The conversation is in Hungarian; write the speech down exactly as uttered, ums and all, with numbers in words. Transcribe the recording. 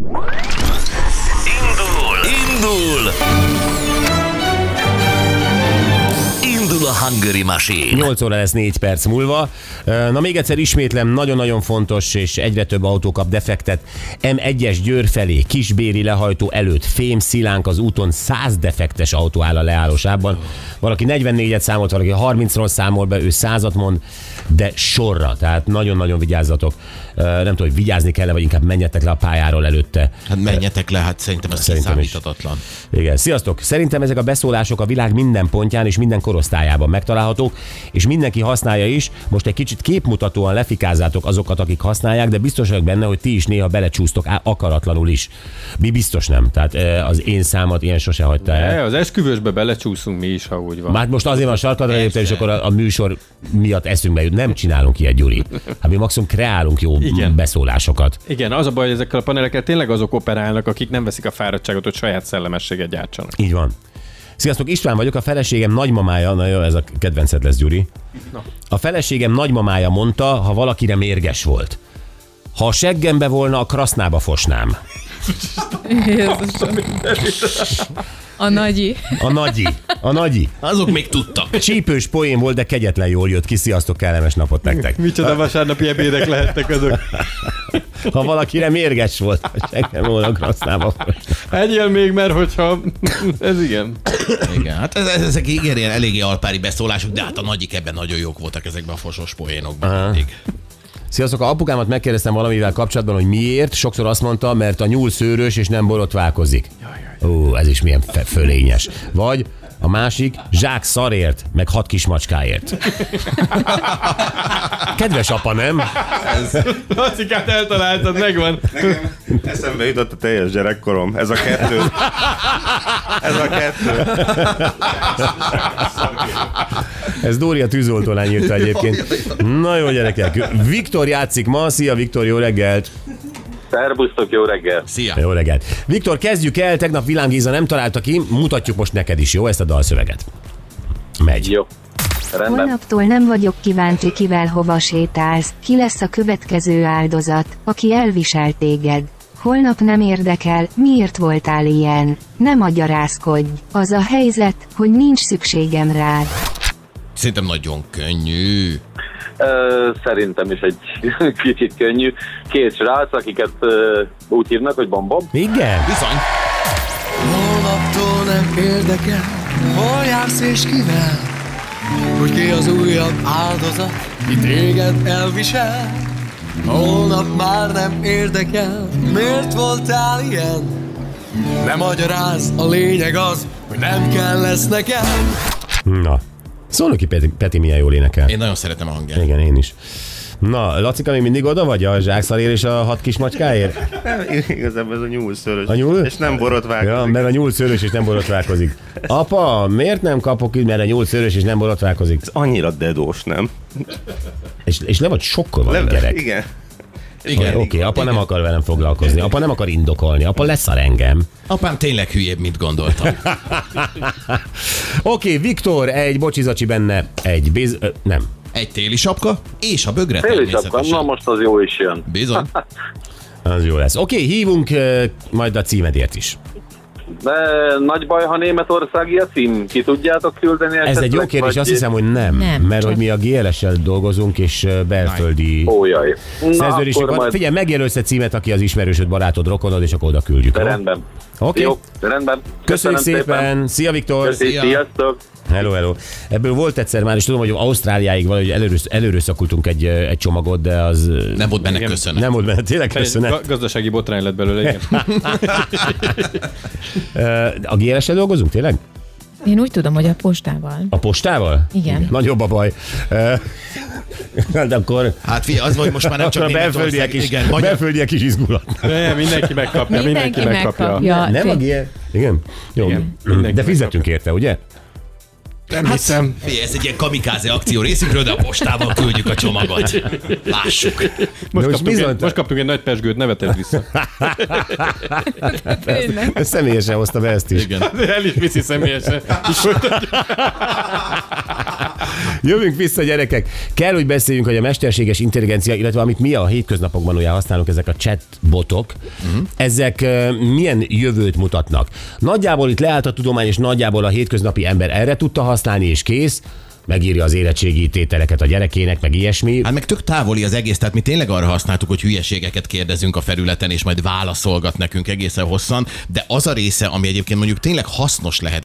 Indul! Indul! Indul a Hungary Machine. nyolc óra lesz négy perc múlva. Na még egyszer ismétlem, nagyon-nagyon fontos, és egyre több autó kap defektet. em egyes Győr felé, Kisbéri lehajtó előtt, fém szilánk az úton, száz defektes autó áll a leállósában. Valaki negyvennégyet számolt, valaki harmincról számol be, ő százat mond, de sorra, tehát nagyon-nagyon vigyázzatok. Nem tudom, hogy vigyázni kell, vagy inkább menjetek le a pályáról előtte. Hát menjetek le, hát szerintem ez kiszámíthatatlan. Igen, sziasztok! Szerintem ezek a beszólások a világ minden pontján és minden korosztályában megtalálhatók, és mindenki használja is. Most egy kicsit képmutatóan lefikázzátok azokat, akik használják, de biztos vagyok benne, hogy ti is néha belecsúsztok akaratlanul is. Mi biztos nem. Tehát az én számat ilyen sose hagyta el. Ne, az esküvősbe belecsúszunk mi is, ha úgy van. Már most azért van sarkadra léptem, és akkor a, a műsor miatt eszünkbe jut. Nem csinálunk ilyet, Gyuri. Hát mi maximum kreálunk jó Igen. beszólásokat. Igen, az a baj, hogy ezekkel a panelekkel tényleg azok operálnak, akik nem veszik a fáradtságot, hogy saját szellemességet gyártsanak. Így van. Sziasztok, István vagyok, a feleségem nagymamája, na jó, ez a kedvenced lesz, Gyuri. No. A feleségem nagymamája mondta, ha valakire mérges volt. Ha a seggembe volna, a krasznába fosnám. Jézusom. A nagyi. A nagyi. A nagyi. Azok még tudtak. Csípős poén volt, de kegyetlen jól jött ki. Sziasztok, kellemes napot nektek. Micsoda vasárnapi ebédek lehettek azok. Ha valakire mérges volt, a seggembe volna, a krasznába fosnám. Egyél még, mert hogyha... Ez igen. Igen, hát ez, ezek igen, ilyen eléggé alpári beszólások, de hát a nagyik ebben nagyon jók voltak ezekben a fosos poénokban mindig. Sziasztok, a apukámat megkérdeztem valamivel kapcsolatban, hogy miért. Sokszor azt mondta, mert a nyúl szőrös és nem borotválkozik. Ó, ez is milyen fe- fölényes. Vagy a másik, zsák szarért, meg hat kismacskáért. Kedves apa, nem? Lacikát eltaláltad, megvan. Nekem eszembe jutott a teljes gyerekkorom. Ez a kettő. Ez a kettő. Ez Dóri a tűzoltólány írta egyébként. Na jó, gyerekek. Viktor játszik ma. Szia, Viktor, jó reggelt. Szerbusztok, jó reggel! Szia! Jó reggelt. Viktor, kezdjük el, tegnap Vilám Géza nem találta ki, mutatjuk most neked is, jó, ezt a dalszöveget. Megy. Jó. Rendben. Holnaptól nem vagyok kíváncsi, kivel hova sétálsz, ki lesz a következő áldozat, aki elvisel téged. Holnap nem érdekel, miért voltál ilyen. Nem magyarázkodj. Az a helyzet, hogy nincs szükségem rád. Szerintem nagyon könnyű. Ö, szerintem is egy kicsit könnyű. Két srác, akiket ö, úgy hívnak, hogy Bombom. Igen. Bizony. Holnaptól nem érdekel, hol jársz és kivel, hogy ki az újabb áldozat, ki téged elvisel. Holnap már nem érdekel, miért voltál ilyen. Nem magyaráz, a lényeg az, hogy nem kell lesz nekem. Na. Szólnoki Peti, Peti milyen jól énekel. Én nagyon szeretem a hangját. Igen, én is. Na, Lacika még mindig oda vagy a zsákszarér és a hat kis macskáért? Nem, igazából ez a nyúl szőrös. A nyúl? És nem borotválkozik. Ja, mert a nyúl szőrös és nem borotválkozik. Apa, miért nem kapok így, mert a nyúl szőrös és nem borotválkozik? Ez annyira dedós, nem? És, és le vagy sokkolva, a gyerek. Igen. Igen. Oké, okay, apa nem akar velem foglalkozni, apa nem akar indokolni, apa leszar engem. Apám tényleg hülyébb, mint gondoltam. Oké, okay, Viktor, egy bocsizacsi benne, egy biz... Ö, nem. Egy téli sapka, és a bögre Téli sapka, na most az jó is jön. Bizony. Az jó lesz. Oké, okay, hívunk uh, majd a címedért is. De nagy baj, ha németországi a cím. Ki tudjátok küldeni? Ez egy jó kérdés, vagy... azt hiszem, hogy nem. nem mert csak... hogy mi a gé el es-sel dolgozunk, és belföldi Ójaj. szerződésünk van. Majd... Figyelj, megjelölsz egy címet, aki az ismerősöd, barátod, rokonod, és akkor oda küldjük. De rendben. Oké. Okay. Jó, rendben. Köszönjük szépen. szépen. Szia, Viktor. Köszi, Szia. Sziasztok. Hello, hello. Ebből volt egyszer már, és tudom, hogy Ausztráliáig valahogy előről, előről szakultunk egy, egy csomagot, de az... Nem volt benne köszönet. Nem volt benne, tényleg köszönet. Ga- gazdasági botrány lett belőle, igen. A gé el es-sel dolgozunk, tényleg? Én úgy tudom, hogy a postával. A postával? Igen. Nagyobb a baj. De akkor... Hát fi, az vagy most már nem csak a belföldiek is, igen, magyar... belföldiek is izgulatnak. Ne, mindenki megkapja, mindenki, mindenki megkapja. megkapja. Nem a gé el es? Igen? Jó. Igen, de fizetünk érte, ugye? Nem hát, hiszem. Figyelj, ez egy ilyen kamikáze akció részünkről, de a postával küldjük a csomagot. Lássuk. Most, kaptunk, bizony... egy, most kaptunk egy nagy pezsgőt, ne veted vissza. Személyesen hozta be ezt is. Igen. El is viszi személyesen. Jövünk vissza, gyerekek. Kell, hogy beszéljünk, hogy a mesterséges intelligencia, illetve amit mi a hétköznapokban ugye használunk, ezek a chatbotok, uh-huh. ezek uh, milyen jövőt mutatnak. Nagyjából itt leállt a tudomány, és nagyjából a hétköznapi ember erre tudta használni, és kész. Megírja az érettségi tételeket a gyerekének, meg ilyesmi. Hát meg tök távoli az egész, tehát mi tényleg arra használtuk, hogy hülyeségeket kérdezünk a felületen, és majd válaszolgat nekünk egészen hosszan, de az a része, ami egyébként mondjuk tényleg hasznos lehet